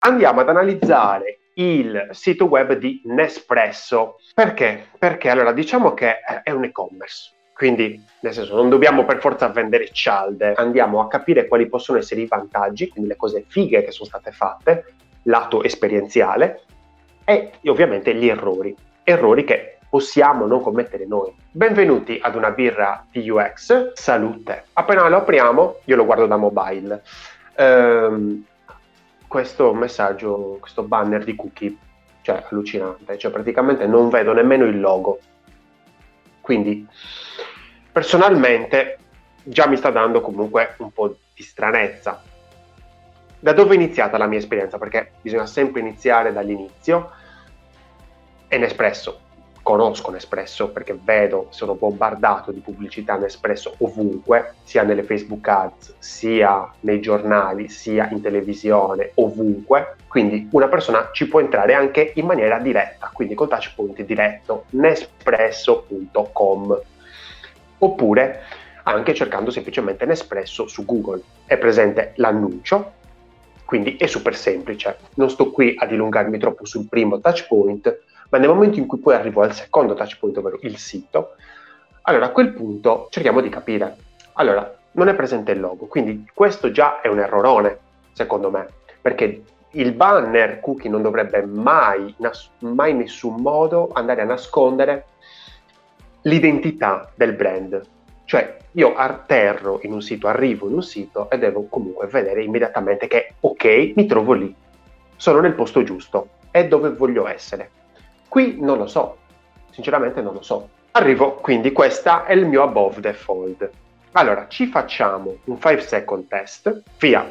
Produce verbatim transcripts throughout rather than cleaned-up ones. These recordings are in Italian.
andiamo ad analizzare il sito web di Nespresso. Perché? Perché allora diciamo che è un e-commerce, quindi nel senso non dobbiamo per forza vendere cialde, andiamo a capire quali possono essere i vantaggi, quindi le cose fighe che sono state fatte, lato esperienziale, e ovviamente gli errori, errori che possiamo non commettere noi. Benvenuti ad una birra T U X, salute. Appena lo apriamo, io lo guardo da mobile. Ehm, questo messaggio, questo banner di cookie, cioè allucinante, cioè praticamente non vedo nemmeno il logo. Quindi personalmente già mi sta dando comunque un po' di stranezza. Da dove è iniziata la mia esperienza? Perché bisogna sempre iniziare dall'inizio. E Nespresso, conosco Nespresso perché vedo, sono bombardato di pubblicità Nespresso ovunque, sia nelle Facebook Ads, sia nei giornali, sia in televisione, ovunque. Quindi una persona ci può entrare anche in maniera diretta, quindi col touch point diretto, nespresso punto com, oppure anche cercando semplicemente Nespresso su Google. È presente l'annuncio, quindi è super semplice. Non sto qui a dilungarmi troppo sul primo touch point, ma nel momento in cui poi arrivo al secondo touch point, ovvero il sito, allora a quel punto cerchiamo di capire. Allora, non è presente il logo, quindi questo già è un errorone, secondo me, perché il banner cookie non dovrebbe mai, nas- mai in nessun modo andare a nascondere l'identità del brand. Cioè, io atterro in un sito, arrivo in un sito e devo comunque vedere immediatamente che, ok, mi trovo lì, sono nel posto giusto, è dove voglio essere. Qui non lo so, sinceramente non lo so. Arrivo, quindi questa è il mio above the fold. Allora, ci facciamo un five second test, via.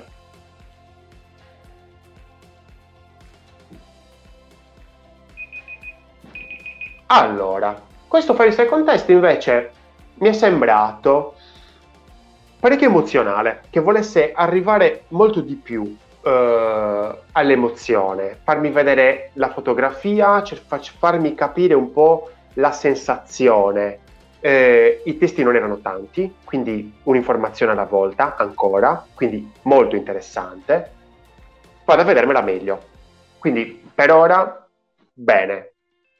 Allora, questo five second test invece mi è sembrato parecchio emozionale, che volesse arrivare molto di più Uh, all'emozione, farmi vedere la fotografia, cioè farmi capire un po' la sensazione. Eh, i testi non erano tanti, quindi un'informazione alla volta ancora, quindi molto interessante. Vado a vedermela meglio. Quindi per ora bene.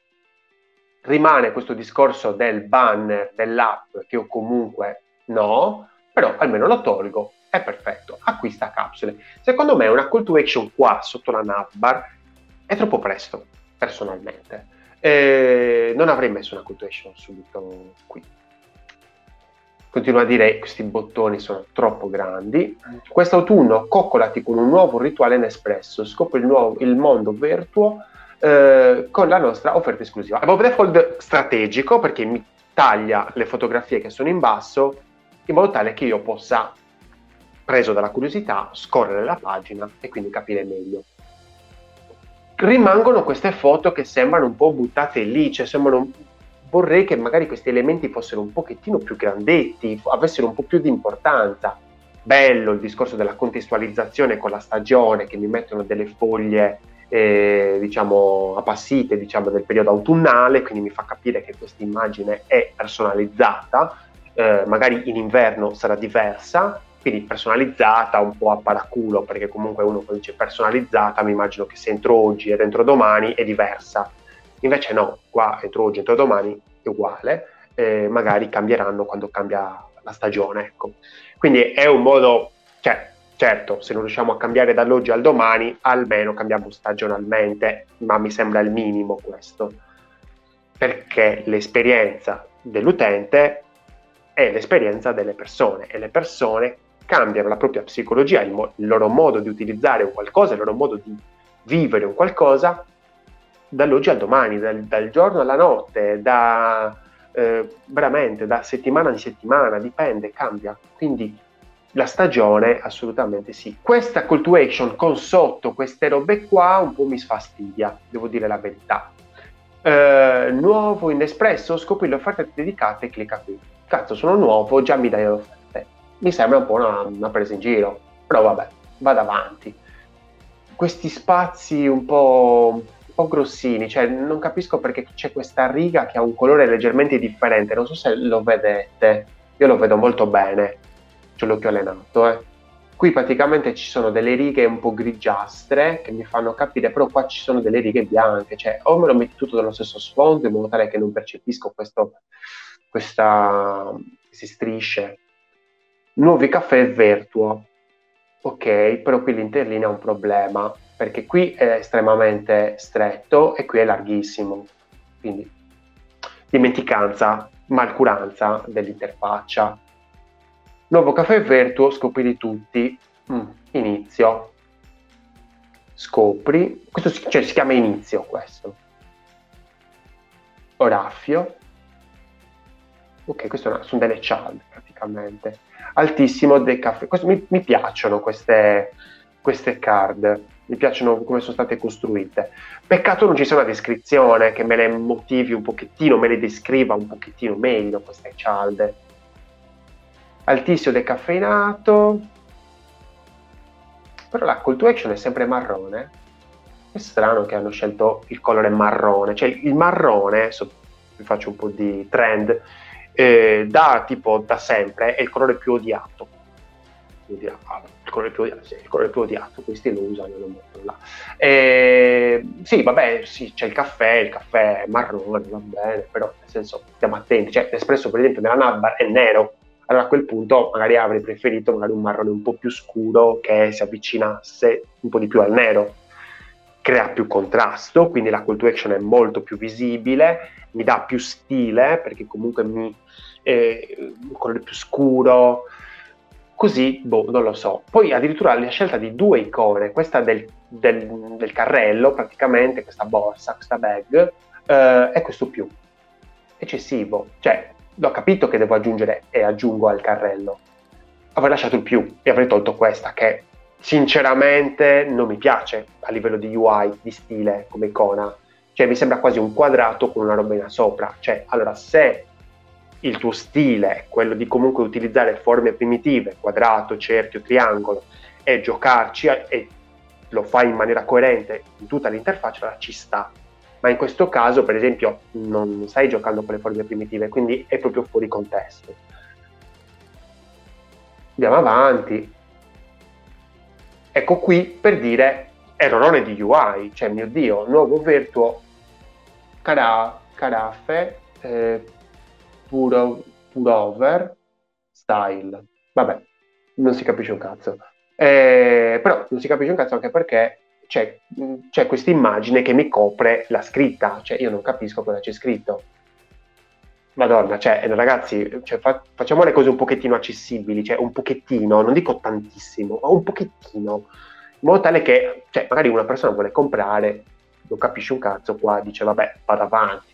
Rimane questo discorso del banner dell'app che io comunque no, però almeno lo tolgo. È perfetto, acquista capsule. Secondo me una call to action qua sotto la navbar è troppo presto, personalmente. Eh, non avrei messo una call to action subito qui. Continuo a dire che questi bottoni sono troppo grandi. Quest'autunno coccolati con un nuovo rituale Nespresso, scopri il, nuovo, il mondo virtuo eh, con la nostra offerta esclusiva. Above the fold strategico, perché mi taglia le fotografie che sono in basso in modo tale che io possa, preso dalla curiosità, scorrere la pagina e quindi capire meglio. Rimangono queste foto che sembrano un po' buttate lì, cioè sembrano, vorrei che magari questi elementi fossero un pochettino più grandetti, avessero un po' più di importanza. Bello il discorso della contestualizzazione con la stagione, che mi mettono delle foglie eh, diciamo appassite, diciamo del periodo autunnale, quindi mi fa capire che questa immagine è personalizzata, eh, magari in inverno sarà diversa, quindi personalizzata un po' a paraculo, perché comunque uno quando dice personalizzata mi immagino che se entro oggi ed entro domani è diversa, invece no, qua entro oggi, entro domani è uguale, eh, magari cambieranno quando cambia la stagione, ecco. Quindi è un modo, cioè, certo, se non riusciamo a cambiare dall'oggi al domani, almeno cambiamo stagionalmente, ma mi sembra il minimo questo, perché l'esperienza dell'utente è l'esperienza delle persone, e le persone cambiano la propria psicologia, il, mo- il loro modo di utilizzare un qualcosa, il loro modo di vivere un qualcosa dall'oggi al domani, dal, dal giorno alla notte, da eh, veramente da settimana in settimana, dipende, cambia. Quindi la stagione assolutamente sì. Questa call to action con sotto queste robe qua un po' mi sfastidia, devo dire la verità. Eh, nuovo in Nespresso, scopri le offerte dedicate, clicca qui. Cazzo, sono nuovo, già mi dai le offerte. Mi sembra un po' una, una presa in giro, però vabbè, vado avanti. Questi spazi un po', un po' grossini, cioè non capisco perché c'è questa riga che ha un colore leggermente differente, non so se lo vedete, io lo vedo molto bene, c'ho l'occhio allenato, eh. Qui praticamente ci sono delle righe un po' grigiastre che mi fanno capire, però qua ci sono delle righe bianche, cioè o me lo metti tutto dello stesso sfondo in modo tale che non percepisco questo, questa, queste strisce. Nuovi caffè Vertuo, ok, però qui l'interlinea è un problema, perché qui è estremamente stretto e qui è larghissimo, quindi dimenticanza, malcuranza dell'interfaccia. Nuovo caffè Vertuo, scopri tutti. Mm, inizio. Scopri. Questo si, cioè, si chiama inizio questo. Oraffio. Ok, questo sono delle child praticamente. Altissimo dei caffè. Questo, mi, mi piacciono queste, queste card. Mi piacciono come sono state costruite. Peccato non ci sia una descrizione che me le motivi un pochettino, me le descriva un pochettino meglio queste cialde. Altissimo decaffeinato, però la call to action è sempre marrone. È strano che hanno scelto il colore marrone, cioè il marrone, so, vi faccio un po' di trend, eh, da tipo da sempre è il colore più odiato. Il colore più odiato, sì, il colore più odiato, questi lo usano, lo mettono là. Eh, sì, vabbè, sì, c'è il caffè, il caffè è marrone, va bene, però nel senso stiamo attenti, cioè l'espresso per esempio della Nabbar è nero. Allora a quel punto magari avrei preferito magari un marrone un po' più scuro che si avvicinasse un po' di più al nero, crea più contrasto, quindi la call to action è molto più visibile, mi dà più stile perché comunque mi eh, un colore più scuro, così, boh, non lo so. Poi addirittura la scelta di due icone, questa del, del, del carrello praticamente, questa borsa, questa bag, eh, e questo più, eccessivo, cioè ho capito che devo aggiungere e aggiungo al carrello, avrei lasciato il più e avrei tolto questa che sinceramente non mi piace a livello di U I, di stile come icona, cioè mi sembra quasi un quadrato con una robina sopra, cioè allora se il tuo stile è quello di comunque utilizzare forme primitive, quadrato, cerchio, triangolo e giocarci e lo fai in maniera coerente in tutta l'interfaccia, allora ci sta. Ma in questo caso, per esempio, non stai giocando con le forme primitive, quindi è proprio fuori contesto. Andiamo avanti. Ecco qui per dire errore di U I, cioè mio Dio, nuovo Vertuo, cara, carafe, eh, puro, purover, style. Vabbè, non si capisce un cazzo. Eh, però non si capisce un cazzo anche perché c'è, c'è questa immagine che mi copre la scritta, cioè io non capisco cosa c'è scritto. Madonna, cioè ragazzi, cioè, fa, facciamo le cose un pochettino accessibili, cioè un pochettino, non dico tantissimo, ma un pochettino, in modo tale che, cioè, magari una persona vuole comprare, non capisce un cazzo qua, dice vabbè, vado avanti.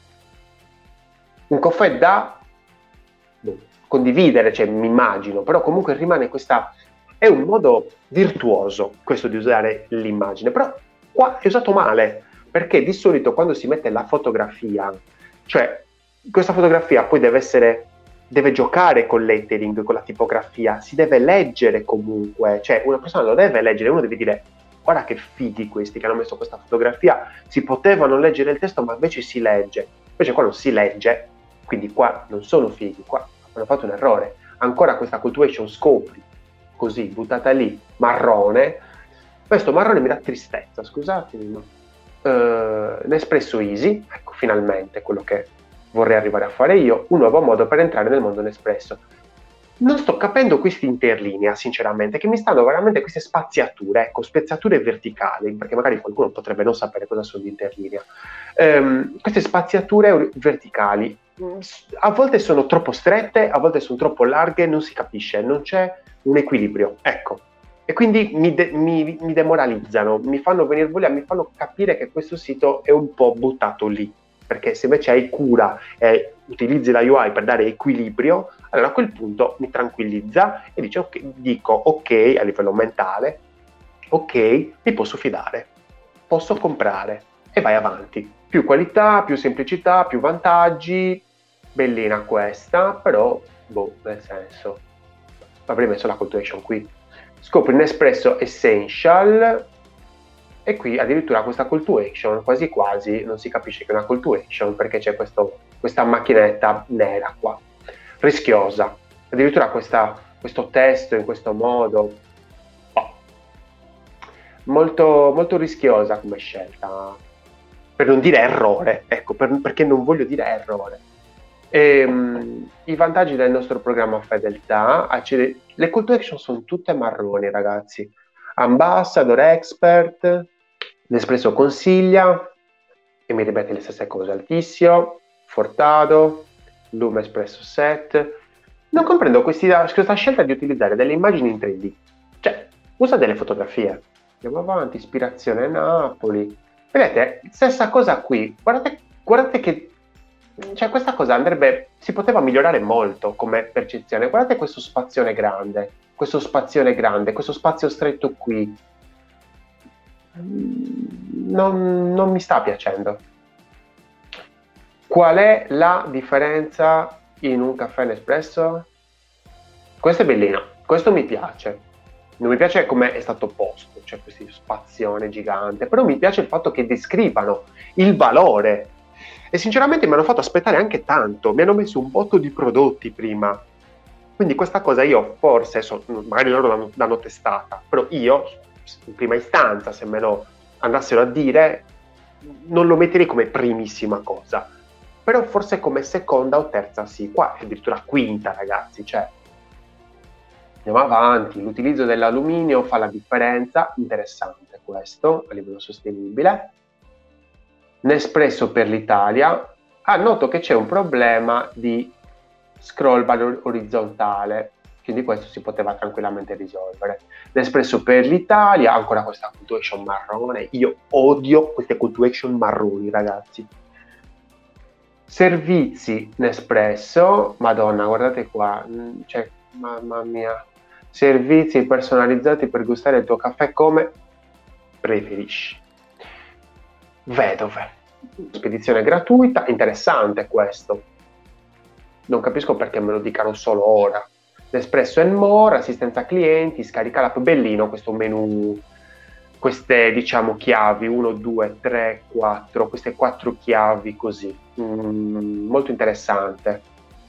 Un caffè da boh, condividere, cioè mi immagino, però comunque rimane questa, è un modo virtuoso questo di usare l'immagine, però qua è usato male, perché di solito quando si mette la fotografia, cioè questa fotografia poi deve essere, deve giocare con lettering, con la tipografia, si deve leggere comunque, cioè una persona lo deve leggere, uno deve dire guarda che fighi questi che hanno messo questa fotografia, si potevano leggere il testo ma invece si legge, invece qua non si legge, quindi qua non sono fighi, qua hanno fatto un errore, ancora questa call to action scopri, così buttata lì, marrone, questo marrone mi dà tristezza, scusatemi, ma uh, Nespresso Easy, ecco finalmente quello che vorrei arrivare a fare io, un nuovo modo per entrare nel mondo Nespresso. Non sto capendo questi interlinea, sinceramente, che mi stanno veramente queste spaziature, ecco, spaziature verticali, perché magari qualcuno potrebbe non sapere cosa sono gli interlinea. Um, queste spaziature verticali, a volte sono troppo strette, a volte sono troppo larghe, non si capisce, non c'è un equilibrio, ecco. E quindi mi, de- mi, mi demoralizzano, mi fanno venire voglia, mi fanno capire che questo sito è un po' buttato lì. Perché se invece hai cura e utilizzi la U I per dare equilibrio, allora a quel punto mi tranquillizza e dice, okay, dico ok a livello mentale, ok, mi posso fidare, posso comprare e vai avanti. Più qualità, più semplicità, più vantaggi, bellina questa, però, boh, nel senso, avrei messo la call to action qui. Scopri Nespresso Essential, e qui addirittura questa call to action quasi quasi non si capisce che è una call to action perché c'è questo, questa macchinetta nera qua, rischiosa, addirittura questa, questo testo in questo modo, molto, molto rischiosa come scelta, per non dire errore, ecco, per- perché non voglio dire errore. Ehm, i vantaggi del nostro programma Fedeltà, accede- le call to action sono tutte marroni, ragazzi. Ambassador, Expert, Nespresso consiglia, e mi ripete le stesse cose, Altissio, Fortado, Lume Espresso Set. Non comprendo questi- questa scelta di utilizzare delle immagini in tre D. Cioè, usa delle fotografie. Andiamo avanti, ispirazione Napoli. Vedete, stessa cosa qui. Guardate, guardate che cioè, questa cosa andrebbe, si poteva migliorare molto come percezione. Guardate questo spazione grande, questo spazione grande, questo spazio stretto qui. Non, non mi sta piacendo. Qual è la differenza in un caffè Nespresso? Questo è bellino, questo mi piace. Non mi piace come è stato posto, cioè questo spazione gigante, però mi piace il fatto che descrivano il valore. E sinceramente mi hanno fatto aspettare anche tanto, mi hanno messo un botto di prodotti prima. Quindi questa cosa io forse, so, magari loro l'hanno, l'hanno testata, però io in prima istanza, se me lo andassero a dire, non lo metterei come primissima cosa. Però forse come seconda o terza sì, qua è addirittura quinta, ragazzi, cioè andiamo avanti, l'utilizzo dell'alluminio fa la differenza, interessante questo a livello sostenibile. Nespresso per l'Italia, ah, noto che c'è un problema di scroll bar orizzontale, quindi questo si poteva tranquillamente risolvere. Nespresso per l'Italia, ancora questa call to action marrone, io odio queste call to action marroni, ragazzi. Servizi Nespresso, madonna, guardate qua, cioè, mamma mia, servizi personalizzati per gustare il tuo caffè come preferisci. Vedove, spedizione gratuita, interessante questo. Non capisco perché me lo dicano solo ora. Nespresso and More, assistenza clienti, scarica l'app, bellino questo menu, queste diciamo chiavi, uno, due, tre, quattro, queste quattro chiavi così, mm, molto interessante.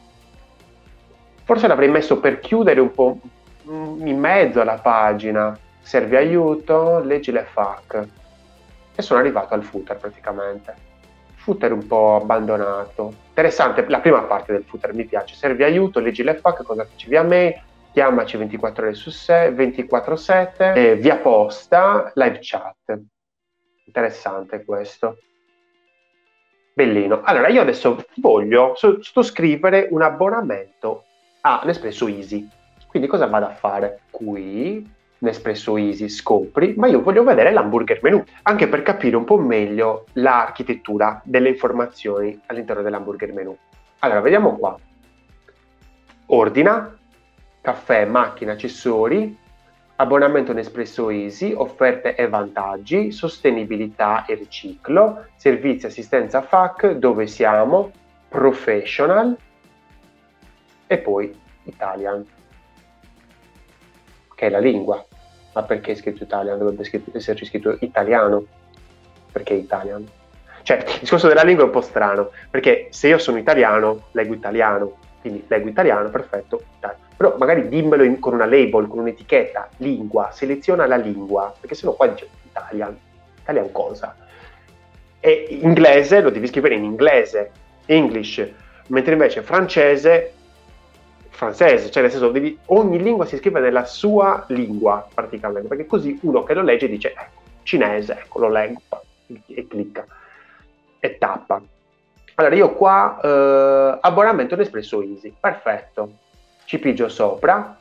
Forse l'avrei messo per chiudere un po' in mezzo alla pagina, serve aiuto, leggi le F A Q. E sono arrivato al footer praticamente. Footer un po' abbandonato. Interessante, la prima parte del footer mi piace. Serve aiuto, leggi le F A Q, cosa ricevi a me, chiamaci ventiquattro ore su sé, ventiquattro sette, eh, via posta, live chat. Interessante questo. Bellino. Allora, io adesso voglio sottoscrivere un abbonamento a Nespresso Easy. Quindi cosa vado a fare? Qui, Nespresso Easy, scopri, ma io voglio vedere l'hamburger menu, anche per capire un po' meglio l'architettura delle informazioni all'interno dell'hamburger menu. Allora, vediamo qua. Ordina, caffè, macchina, accessori, abbonamento Nespresso Easy, offerte e vantaggi, sostenibilità e riciclo, servizi, assistenza F A Q, dove siamo, professional e poi Italian, che è la lingua. Ma perché è scritto Italian? Dovrebbe esserci scritto italiano. Perché Italian? Cioè, il discorso della lingua è un po' strano, perché se io sono italiano, leggo italiano, quindi leggo italiano, perfetto, italiano. Però magari dimmelo in, con una label, con un'etichetta, lingua, seleziona la lingua, perché sennò qua dice Italian, Italian cosa? E inglese lo devi scrivere in inglese, English, mentre invece francese, francese, cioè nel senso devi, ogni lingua si scrive nella sua lingua praticamente, perché così uno che lo legge dice ecco, cinese, ecco, lo leggo e clicca e tappa. Allora io qua eh, abbonamento Nespresso Easy, perfetto, ci pigio sopra.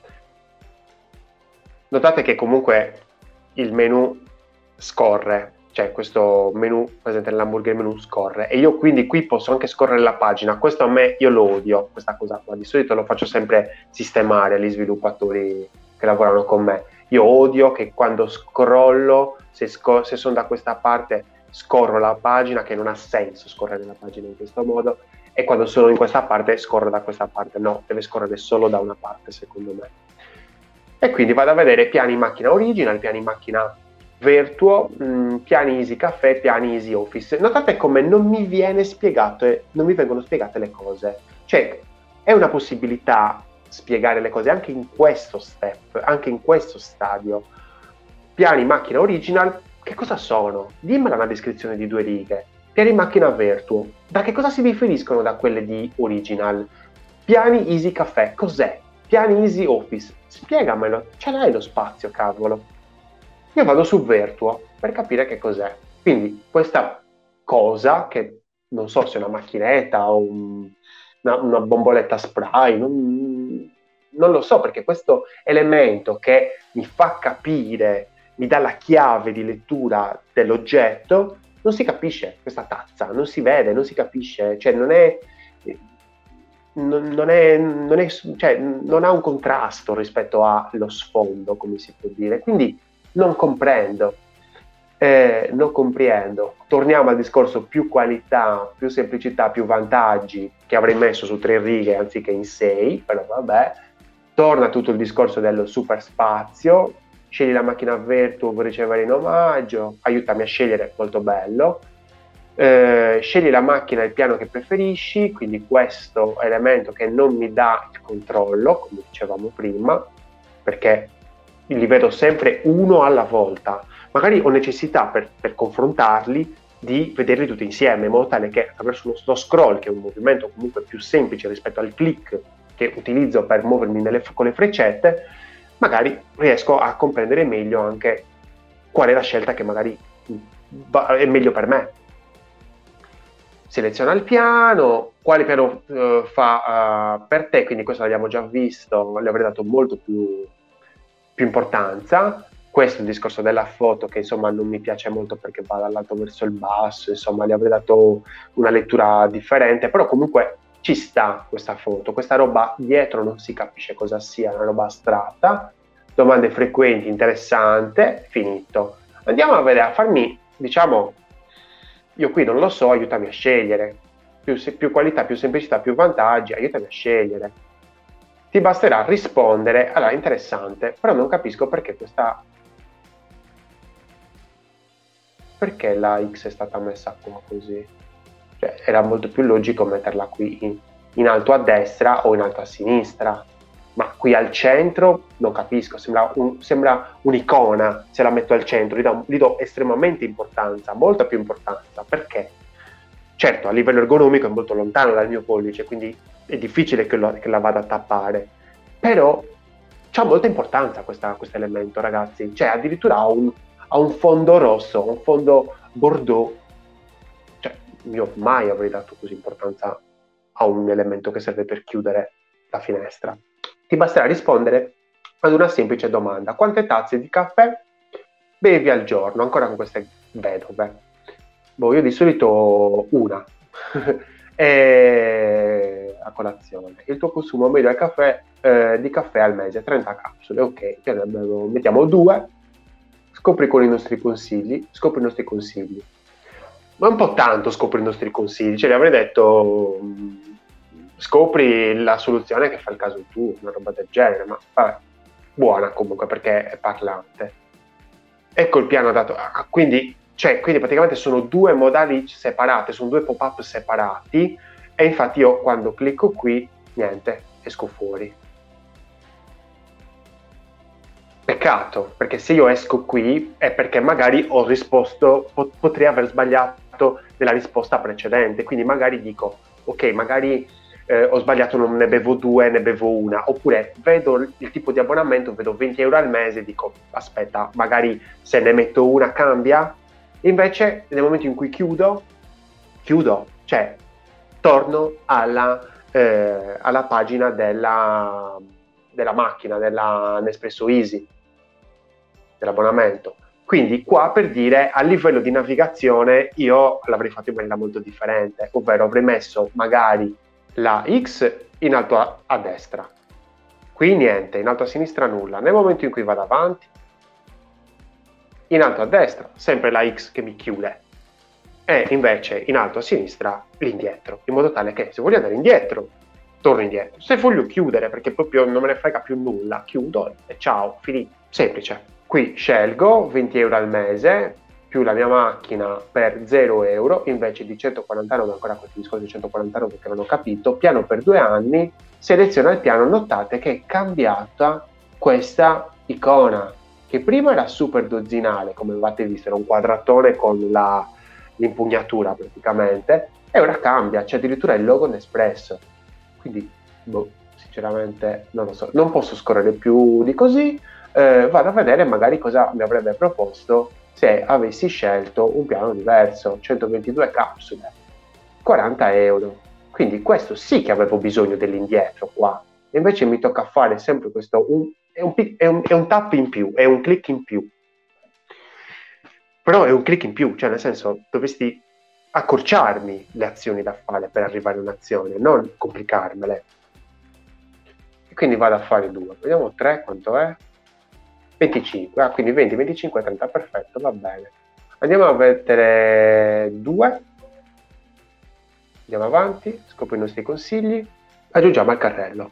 Notate che comunque il menu scorre, cioè questo menu presente nell'hamburger menu scorre, e io quindi qui posso anche scorrere la pagina. Questo a me, io lo odio, questa cosa qua, di solito lo faccio sempre sistemare agli sviluppatori che lavorano con me. Io odio che quando scrollo, se, sco- se sono da questa parte scorro la pagina, che non ha senso scorrere la pagina in questo modo, e quando sono in questa parte scorro da questa parte. No, deve scorrere solo da una parte secondo me. E quindi vado a vedere piani macchina original, piani macchina Vertuo, mh, piani Easy Caffè, piani Easy Office. Notate come non mi viene spiegato, non mi vengono spiegate le cose. Cioè, è una possibilità spiegare le cose anche in questo step, anche in questo stadio. piani macchina original, che cosa sono? Dimmela una descrizione di due righe. Piani macchina Vertuo, da che cosa si differiscono da quelle di original? Piani Easy Caffè, cos'è? Piani Easy Office, spiegamelo, ce l'hai lo spazio, cavolo. Io vado su Vertuo per capire che cos'è. Quindi questa cosa, che non so se è una macchinetta o un, una, una bomboletta spray, non, non lo so, perché questo elemento che mi fa capire, mi dà la chiave di lettura dell'oggetto, non si capisce, questa tazza, non si vede, non si capisce, cioè non è, non, non è, non è, cioè non ha un contrasto rispetto allo sfondo, come si può dire, quindi non comprendo, eh, non comprendo. Torniamo al discorso più qualità, più semplicità, più vantaggi, che avrei messo su tre righe anziché in sei, però vabbè, torna tutto il discorso dello super spazio. Scegli la macchina Vertuo per ricevere in omaggio, aiutami a scegliere, molto bello. Eh, scegli la macchina e il piano che preferisci, quindi questo elemento che non mi dà il controllo, come dicevamo prima, perché li vedo sempre uno alla volta. Magari ho necessità per, per confrontarli di vederli tutti insieme, in modo tale che attraverso lo scroll, che è un movimento comunque più semplice rispetto al click che utilizzo per muovermi nelle, con le freccette, magari riesco a comprendere meglio anche qual è la scelta che magari è meglio per me. Seleziona il piano, quale piano uh, fa uh, per te, quindi questo l'abbiamo già visto, le avrei dato molto più, più importanza. Questo è il discorso della foto, che insomma non mi piace molto perché va dall'alto verso il basso, insomma le avrei dato una lettura differente, però comunque ci sta questa foto, questa roba dietro non si capisce cosa sia, una roba astratta. Domande frequenti, interessante, finito. Andiamo a vedere, a farmi, diciamo, io qui non lo so, aiutami a scegliere, più, più qualità, più semplicità, più vantaggi, aiutami a scegliere. Ti basterà rispondere. Allora, interessante, però non capisco perché questa, perché la X è stata messa qua così. Cioè, era molto più logico metterla qui in, in alto a destra o in alto a sinistra, ma qui al centro non capisco, sembra, un, sembra un'icona. Se la metto al centro gli do, gli do estremamente importanza, molta più importanza, perché certo a livello ergonomico è molto lontano dal mio pollice, quindi è difficile che, lo, che la vada a tappare, però c'ha molta importanza questo elemento, ragazzi, cioè addirittura ha un, ha un fondo rosso, un fondo bordeaux. Io mai avrei dato così importanza a un elemento che serve per chiudere la finestra. Ti basterà rispondere ad una semplice domanda: quante tazze di caffè bevi al giorno? Ancora con queste vedove. Boh, io di solito una e a colazione. Il tuo consumo medio al caffè, eh, di caffè al mese, trenta capsule, ok, mettiamo due. Scopri con i nostri consigli, scopri i nostri consigli. Ma un po' tanto scopri i nostri consigli, cioè gli avrei detto scopri la soluzione che fa il caso tuo, una roba del genere, ma vabbè, buona comunque perché è parlante. Ecco il piano dato, quindi, cioè, quindi praticamente sono due modali separate, sono due pop-up separati, e infatti io quando clicco qui, niente, esco fuori. Peccato, perché se io esco qui è perché magari ho risposto, pot- potrei aver sbagliato nella risposta precedente, quindi magari dico, ok, magari eh, ho sbagliato, non ne bevo due, ne bevo una, oppure vedo il tipo di abbonamento, vedo venti euro al mese, dico, aspetta, magari se ne metto una cambia, invece nel momento in cui chiudo, chiudo, cioè torno alla, eh, alla pagina della, della macchina, della Nespresso Easy, dell'abbonamento. Quindi qua, per dire, a livello di navigazione io l'avrei fatto in maniera molto differente, ovvero avrei messo magari la X in alto a, a destra, qui niente, in alto a sinistra nulla. Nel momento in cui vado avanti, in alto a destra sempre la X che mi chiude, e invece in alto a sinistra l'indietro, in modo tale che se voglio andare indietro torno indietro, se voglio chiudere perché proprio non me ne frega più nulla, chiudo e ciao, finito, semplice. Qui scelgo venti euro al mese più la mia macchina per zero euro invece di centoquarantanove, ancora questo discorso di centoquarantanove perché non ho capito, piano per due anni, seleziona il piano, notate che è cambiata questa icona, che prima era super dozzinale, come avete visto, era un quadratone con la, l'impugnatura praticamente, e ora cambia, c'è addirittura il logo Nespresso. Quindi, boh, sinceramente non lo so, non posso scorrere più di così. Eh, vado a vedere magari cosa mi avrebbe proposto se avessi scelto un piano diverso, centoventidue capsule, quaranta euro. Quindi questo sì che avevo bisogno dell'indietro qua, e invece mi tocca fare sempre questo, un, è, un, è, un, è un tap in più, è un click in più. Però è un click in più, cioè nel senso dovresti accorciarmi le azioni da fare per arrivare a un'azione, non complicarmele. E quindi vado a fare due, vediamo tre quanto è? venticinque, ah, quindi venti, venticinque, trenta, perfetto, va bene. Andiamo a vedere due, andiamo avanti, scopro i nostri consigli, aggiungiamo al carrello.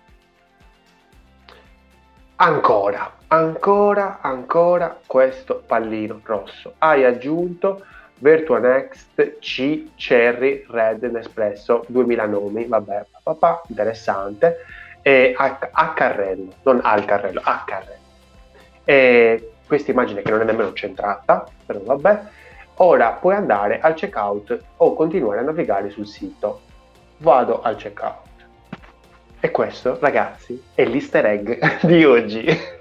Ancora, ancora, ancora questo pallino rosso. Hai aggiunto Vertua Next C Cherry Red Nespresso, duemila nomi, vabbè, papà, interessante, e a, a carrello, non al carrello, a carrello. E questa immagine che non è nemmeno centrata, però vabbè. Ora puoi andare al checkout o continuare a navigare sul sito. Vado al checkout. E questo, ragazzi, è l'easter egg di oggi.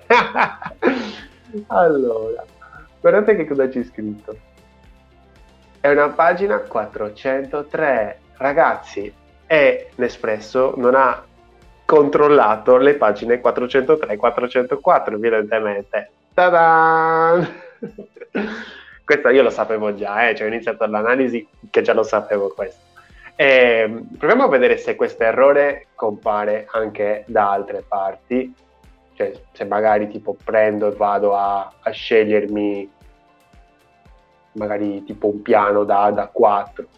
Allora, guardate che cosa c'è scritto. È una pagina quattrocentotre. Ragazzi, e Nespresso non ha controllato le pagine quattrocentotre e quattrocentoquattro, evidentemente. Ta-da! Questo io lo sapevo già, eh? Cioè ho iniziato l'analisi che già lo sapevo questo. E proviamo a vedere se questo errore compare anche da altre parti, cioè se magari tipo prendo e vado a, a scegliermi magari tipo un piano da, da quattro,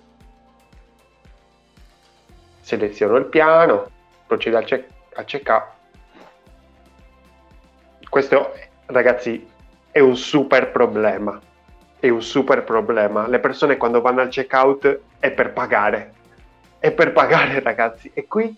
seleziono il piano, procedo al, check, al checkout. Questo, ragazzi, è un super problema, è un super problema. Le persone quando vanno al checkout è per pagare, è per pagare, ragazzi. E qui,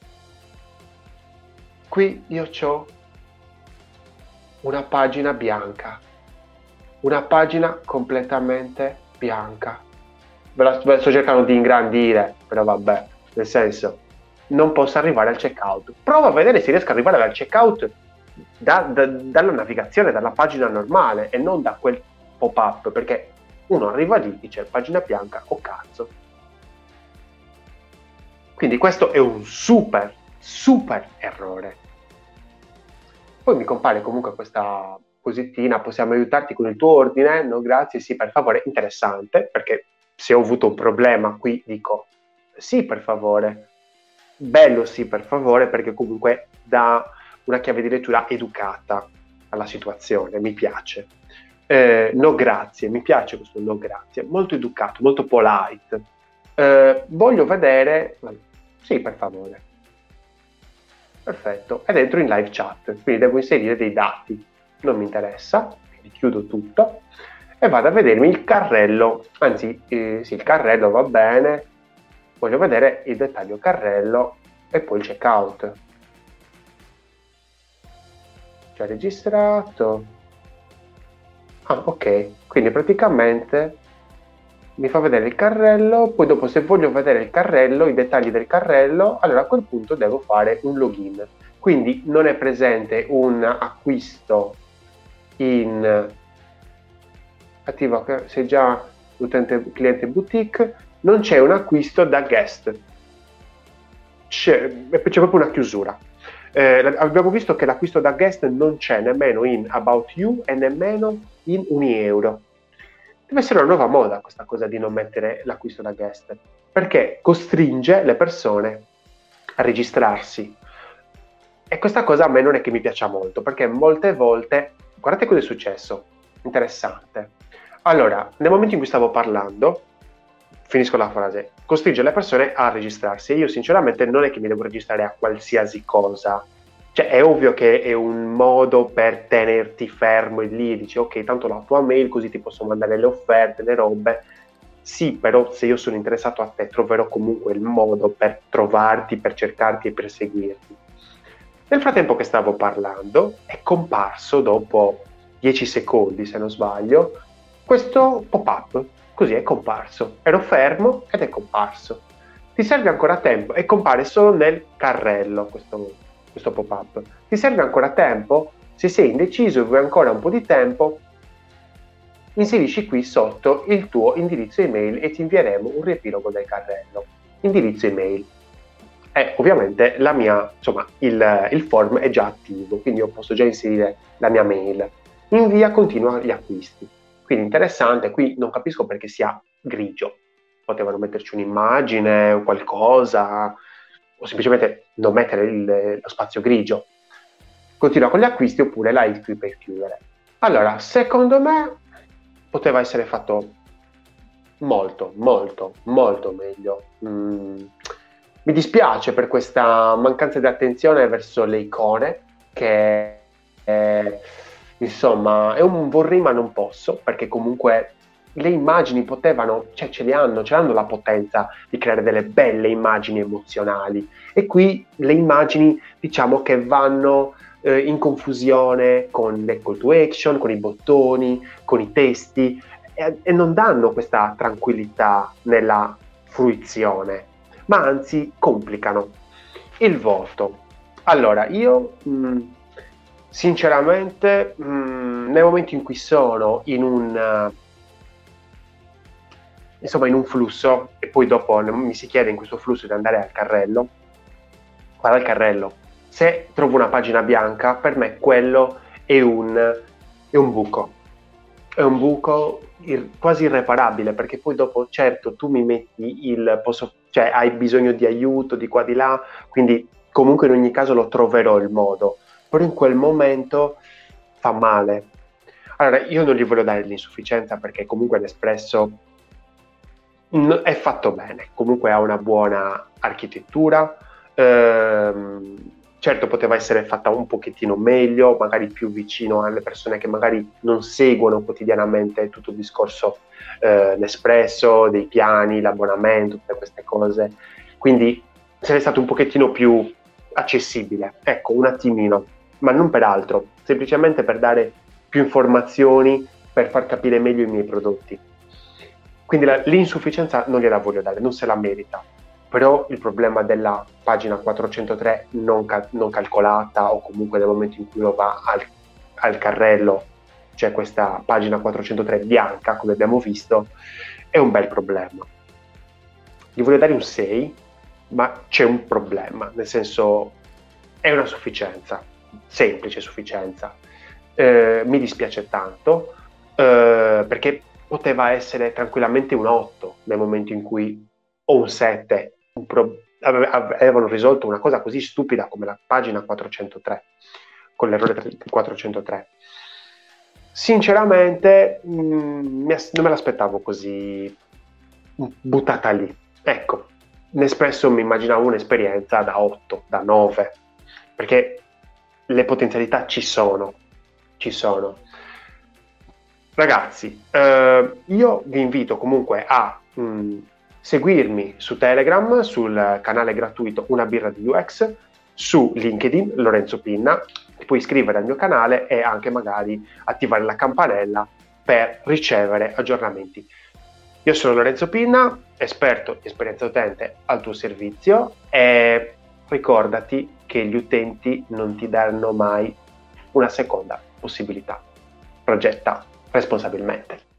qui io ho una pagina bianca, una pagina completamente bianca. Ve la, ve la sto cercando di ingrandire, però vabbè, nel senso, non posso arrivare al checkout. Prova a vedere se riesco ad arrivare al checkout da, da, dalla navigazione, dalla pagina normale e non da quel pop-up, perché uno arriva lì, dice pagina bianca, oh cazzo. Quindi questo è un super, super errore. Poi mi compare comunque questa cosettina, possiamo aiutarti con il tuo ordine? No, grazie, sì, per favore, interessante, perché se ho avuto un problema qui dico sì, per favore, bello sì, per favore, perché comunque dà una chiave di lettura educata alla situazione, mi piace. Eh, no grazie, mi piace questo no grazie, molto educato, molto polite. Eh, voglio vedere, sì, per favore. Perfetto, ed entro in live chat, quindi devo inserire dei dati, non mi interessa, quindi chiudo tutto e vado a vedermi il carrello, anzi eh, sì, il carrello va bene, voglio vedere il dettaglio carrello e poi il checkout. Già registrato. Ah, ok, quindi praticamente mi fa vedere il carrello, poi dopo se voglio vedere il carrello, i dettagli del carrello, allora a quel punto devo fare un login. Quindi non è presente un acquisto in attiva, se già utente cliente boutique, non c'è un acquisto da guest, c'è, c'è proprio una chiusura. Eh, abbiamo visto che l'acquisto da guest non c'è nemmeno in About You e nemmeno in Unieuro. Deve essere una nuova moda questa cosa di non mettere l'acquisto da guest, perché costringe le persone a registrarsi. E questa cosa a me non è che mi piaccia molto, perché molte volte, guardate cosa è successo, interessante. Allora, nel momento in cui stavo parlando, finisco la frase, costringe le persone a registrarsi. E io sinceramente non è che mi devo registrare a qualsiasi cosa. Cioè è ovvio che è un modo per tenerti fermo e lì dici ok, tanto la tua mail così ti posso mandare le offerte, le robe. Sì, però se io sono interessato a te troverò comunque il modo per trovarti, per cercarti e per seguirti. Nel frattempo che stavo parlando è comparso dopo dieci secondi se non sbaglio, questo pop-up, così è comparso. Ero fermo ed è comparso. Ti serve ancora tempo? E compare solo nel carrello questo, questo pop-up. Ti serve ancora tempo? Se sei indeciso e vuoi ancora un po' di tempo, inserisci qui sotto il tuo indirizzo email e ti invieremo un riepilogo del carrello. Indirizzo email. E ovviamente la mia, insomma, il, il form è già attivo, quindi io posso già inserire la mia mail. Invia continua gli acquisti. Quindi interessante, qui non capisco perché sia grigio. Potevano metterci un'immagine o qualcosa, o semplicemente non mettere il, lo spazio grigio. Continua con gli acquisti oppure like qui per chiudere. Allora, secondo me poteva essere fatto molto, molto, molto meglio. Mm. Mi dispiace per questa mancanza di attenzione verso le icone, che è, insomma, è un vorrei ma non posso, perché comunque le immagini potevano, cioè ce le hanno, ce l'hanno la potenza di creare delle belle immagini emozionali. E qui le immagini, diciamo che vanno eh, in confusione con le call to action, con i bottoni, con i testi, e, e non danno questa tranquillità nella fruizione, ma anzi complicano. Il voto. Allora, io mh, sinceramente mh, nel momento in cui sono in un uh, insomma in un flusso e poi dopo mi si chiede in questo flusso di andare al carrello, guarda il carrello, se trovo una pagina bianca, per me quello è un, è un buco. È un buco ir- quasi irreparabile, perché poi dopo, certo, tu mi metti il posso, cioè hai bisogno di aiuto di qua di là, quindi comunque in ogni caso lo troverò il modo, però in quel momento fa male. Allora, io non gli voglio dare l'insufficienza perché comunque l'Espresso n- è fatto bene, comunque ha una buona architettura. Ehm, certo poteva essere fatta un pochettino meglio, magari più vicino alle persone che magari non seguono quotidianamente tutto il discorso eh, Nespresso, dei piani, l'abbonamento, tutte queste cose, quindi sarebbe stato un pochettino più accessibile, ecco, un attimino, ma non per altro, semplicemente per dare più informazioni, per far capire meglio i miei prodotti. Quindi la, l'insufficienza non gliela voglio dare, non se la merita. Però il problema della pagina quattrocentotre non, cal- non calcolata, o comunque nel momento in cui lo va al, al carrello c'è questa pagina quattrocentotre bianca, come abbiamo visto, è un bel problema. Gli voglio dare un sei, ma c'è un problema, nel senso è una sufficienza, semplice sufficienza. Eh, mi dispiace tanto, eh, perché poteva essere tranquillamente un otto nel momento in cui, o un sette, un pro- ave- avevano risolto una cosa così stupida come la pagina quattrocentotre, con l'errore quattrocentotre. Sinceramente mh, non me l'aspettavo così buttata lì. Ecco, Nespresso mi immaginavo un'esperienza da otto, da nove, perché le potenzialità ci sono, ci sono. Ragazzi, eh, io vi invito comunque a mh, seguirmi su Telegram, sul canale gratuito Una birra di U X, su LinkedIn, Lorenzo Pinna, ti puoi iscrivere al mio canale e anche magari attivare la campanella per ricevere aggiornamenti. Io sono Lorenzo Pinna, esperto di esperienza utente al tuo servizio, e ricordati che gli utenti non ti daranno mai una seconda possibilità. Progetta responsabilmente.